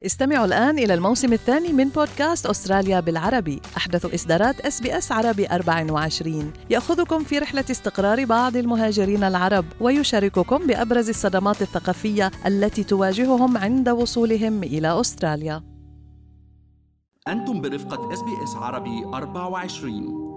استمعوا الآن إلى الموسم الثاني من بودكاست أستراليا بالعربي، أحدث إصدارات SBS عربي 24، يأخذكم في رحلة استقرار بعض المهاجرين العرب ويشارككم بأبرز الصدمات الثقافية التي تواجههم عند وصولهم إلى أستراليا. أنتم برفقة SBS عربي 24.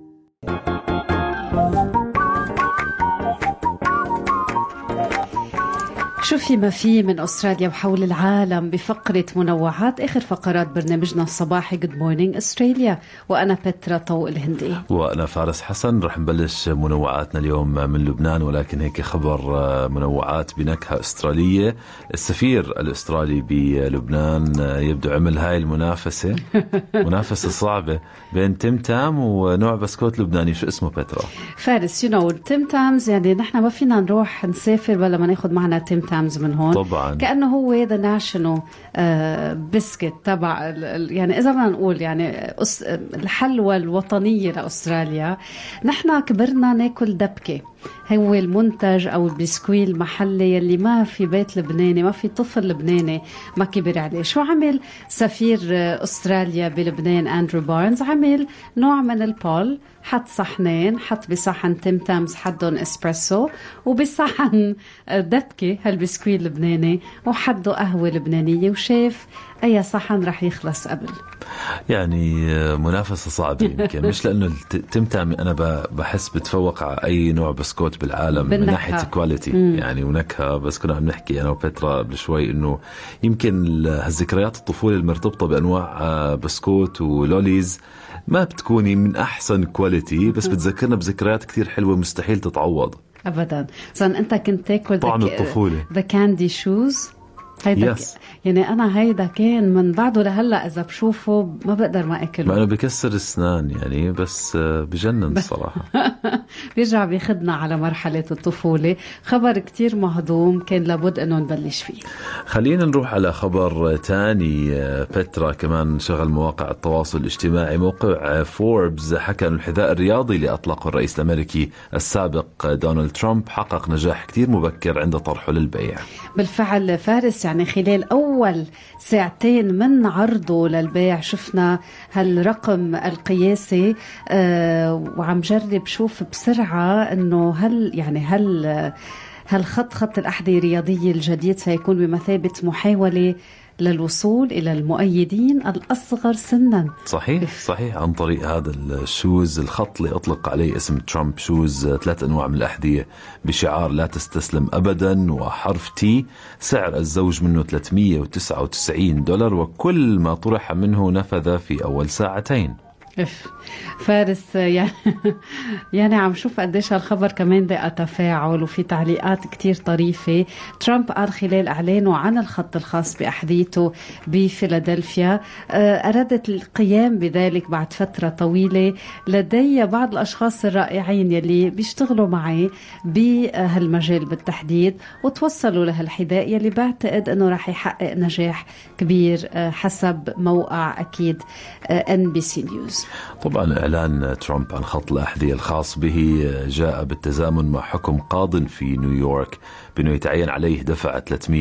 شو في ما في من أستراليا وحول العالم بفقرة منوعات آخر فقرات برنامجنا الصباحي Good Morning Australia، وأنا بترا طوق الهندي وأنا فارس حسن. رح نبلش منوعاتنا اليوم من لبنان، ولكن هيك خبر منوعات بنكهة أسترالية. السفير الأسترالي بلبنان يبدو عمل هاي المنافسة منافسة صعبة بين تيم تام ونوع بسكوت لبناني. شو اسمه بترا؟ فارس، تيم تامز يعني نحن ما فينا نروح نسافر ولا ما ناخد معنا تيم تامز من هون طبعا، كأنه هو the national بسكت تبع يعني إذا ما نقول يعني الحلوى الوطنية لأستراليا. نحن كبرنا ناكل دبكة، هو المنتج أو البسكوي المحلي اللي ما في بيت لبناني، ما في طفل لبناني ما كبر عليه. شو عمل سفير أستراليا بلبنان أندرو بارنز؟ عمل نوع من البول، حط صحنين، حط بصحن تيم تامز حدهم اسبريسو، وبصحن دبكة هالبسكوي اللبناني، وحده قهوة لبنانية، وشاف أي صحن رح يخلص قبل. يعني منافسة صعبة يمكن مش لأنه تيم تام أنا بحس بتفوق على أي نوع بسكوت بالعالم من ناحية كواليتي يعني ونكهة. بس كنا عم نحكي أنا وبترا قبل شوي إنه يمكن هالذكريات الطفولة المرتبطة بأنواع بسكوت ولوليز ما بتكوني من أحسن كواليتي، بس بتذكرنا بذكريات كتير حلوة مستحيل تتعوض أبدا. صار أنت كنت تاكل طعم الطفولة the candy shoes هيدا يعني أنا هيدا كان من بعده لهلأ إذا بشوفه ما بقدر ما أكله، ما أنا بكسر السنان يعني، بس بجنن الصراحة. بيرجع بيخدنا على مرحلة الطفولة. خبر كتير مهضوم كان لابد أنه نبلش فيه. خلينا نروح على خبر تاني. بترا كمان شغل مواقع التواصل الاجتماعي. موقع فوربس حكى أن الحذاء الرياضي اللي أطلقه الرئيس الأمريكي السابق دونالد ترامب حقق نجاح كتير مبكر عند طرحه للبيع. بالفعل فارس، يعني خلال أول ساعتين من عرضه للبيع شفنا هالرقم القياسي. وعم جرب شوف بسرعة أنه هل خط الأحذية الرياضية الجديد سيكون بمثابة محاولة للوصول إلى المؤيدين الأصغر سنا. صحيح عن طريق هذا الشوز، الخط اللي أطلق عليه اسم ترامب شوز. 3 أنواع من الأحذية بشعار لا تستسلم أبدا وحرف تي. سعر الزوج منه $399، وكل ما طرح منه نفذ في أول ساعتين. فارس يعني عم شوف قديش هالخبر كمان دقة تفاعل وفي تعليقات كتير طريفة. ترامب قال خلال إعلانه عن الخط الخاص بأحذيته بفيلادلفيا أرادت القيام بذلك بعد فترة طويلة. لدي بعض الأشخاص الرائعين يلي بيشتغلوا معي بهالمجال بالتحديد، وتوصلوا لهالحذاء يلي بعتقد أنه راح يحقق نجاح كبير حسب موقع أكيد NBC News. طبعا إعلان ترامب عن خط الأحذية الخاص به جاء بالتزامن مع حكم قاض في نيويورك بأنه يتعين عليه دفع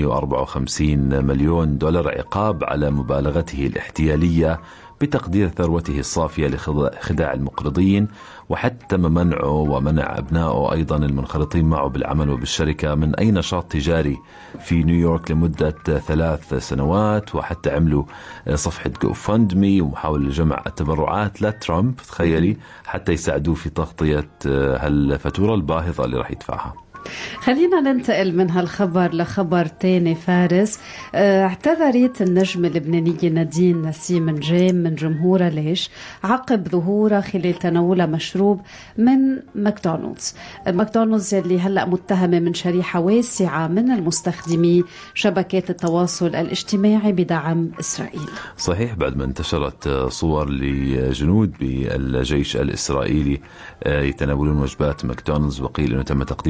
$354 مليون عقاب على مبالغته الاحتيالية بتقدير ثروته الصافية لخداع المقرضين، وحتى منعه ومنع أبنائه أيضا المنخرطين معه بالعمل وبالشركة من أي نشاط تجاري في نيويورك لمدة 3 سنوات. وحتى عملوا صفحة GoFundMe ومحاولة لجمع التبرعات لترامب، تخيلي، حتى يساعدوه في تغطية هالفاتورة الباهظة اللي راح يدفعها. خلينا ننتقل من هالخبر لخبر تاني فارس. اعتذرت النجمة اللبنانية نادين نسيم نجام من جمهورها ليش عقب ظهورها خلال تناولها مشروب من ماكدونالدز اللي هلأ متهمة من شريحة واسعة من المستخدمي شبكات التواصل الاجتماعي بدعم إسرائيل. صحيح، بعد ما انتشرت صور لجنود بالجيش الإسرائيلي يتناولون وجبات ماكدونالدز، وقيل أنه تم تقديمها بشكل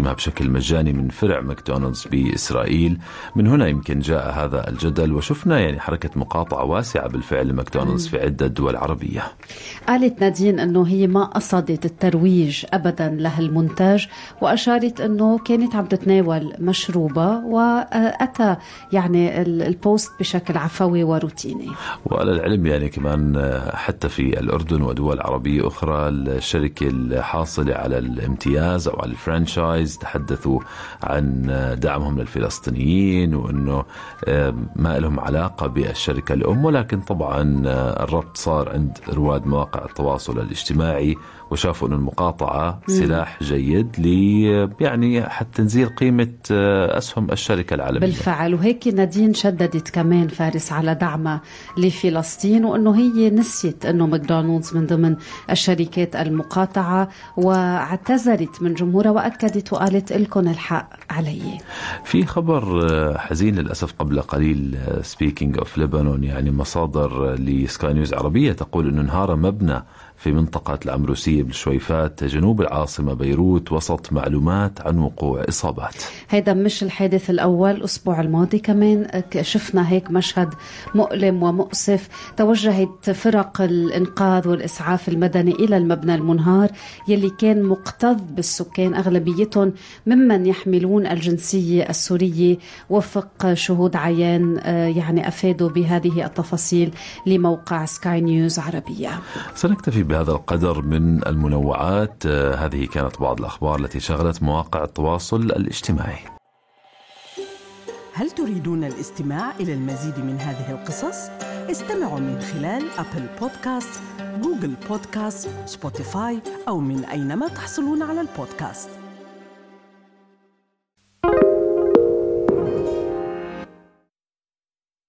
بشكل مجاني من فرع ماكدونالدز بإسرائيل. من هنا يمكن جاء هذا الجدل، وشفنا يعني حركة مقاطعة واسعة بالفعل لماكدونالدز في عدة دول عربية. قالت نادين أنه هي ما قصدت الترويج أبدا لهالمنتج، وأشارت أنه كانت عم تتناول مشروبة وأتى يعني البوست بشكل عفوي وروتيني. وعلى العلم يعني كمان حتى في الأردن ودول عربية أخرى الشركة الحاصلة على الامتياز أو على الفرانشايز تحدثوا عن دعمهم للفلسطينيين، وأنه ما لهم علاقة بالشركة الأم، ولكن طبعا الربط صار عند رواد مواقع التواصل الاجتماعي، وشافوا أن المقاطعة سلاح جيد يعني حتى تنزيل قيمة أسهم الشركة العالمية. بالفعل، وهيك نادين شددت كمان فارس على دعمها لفلسطين، وأنه هي نسيت أنه ماكدونالدز من ضمن الشركات المقاطعة، واعتذرت من جمهورها وأكدت وقالت لكم الحق علي. في خبر حزين للأسف قبل قليل speaking of Lebanon، يعني مصادر لسكاي نيوز عربية تقول أنه انهار مبنى في منطقة العمروسية بالشويفات جنوب العاصمة بيروت وسط معلومات عن وقوع إصابات. هذا مش الحادث الأول، الأسبوع الماضي كمان شفنا هيك مشهد مؤلم ومؤسف. توجهت فرق الإنقاذ والإسعاف المدني إلى المبنى المنهار يلي كان مكتظ بالسكان أغلبيتهم ممن يحملون الجنسية السورية، وفق شهود عيان يعني أفادوا بهذه التفاصيل لموقع سكاي نيوز عربية. سنكتفي بهذا القدر من المنوعات. هذه كانت بعض الأخبار التي شغلت مواقع التواصل الاجتماعي. هل تريدون الاستماع إلى المزيد من هذه القصص؟ استمعوا من خلال أبل بودكاست، جوجل بودكاست، سبوتيفاي، أو من أينما تحصلون على البودكاست.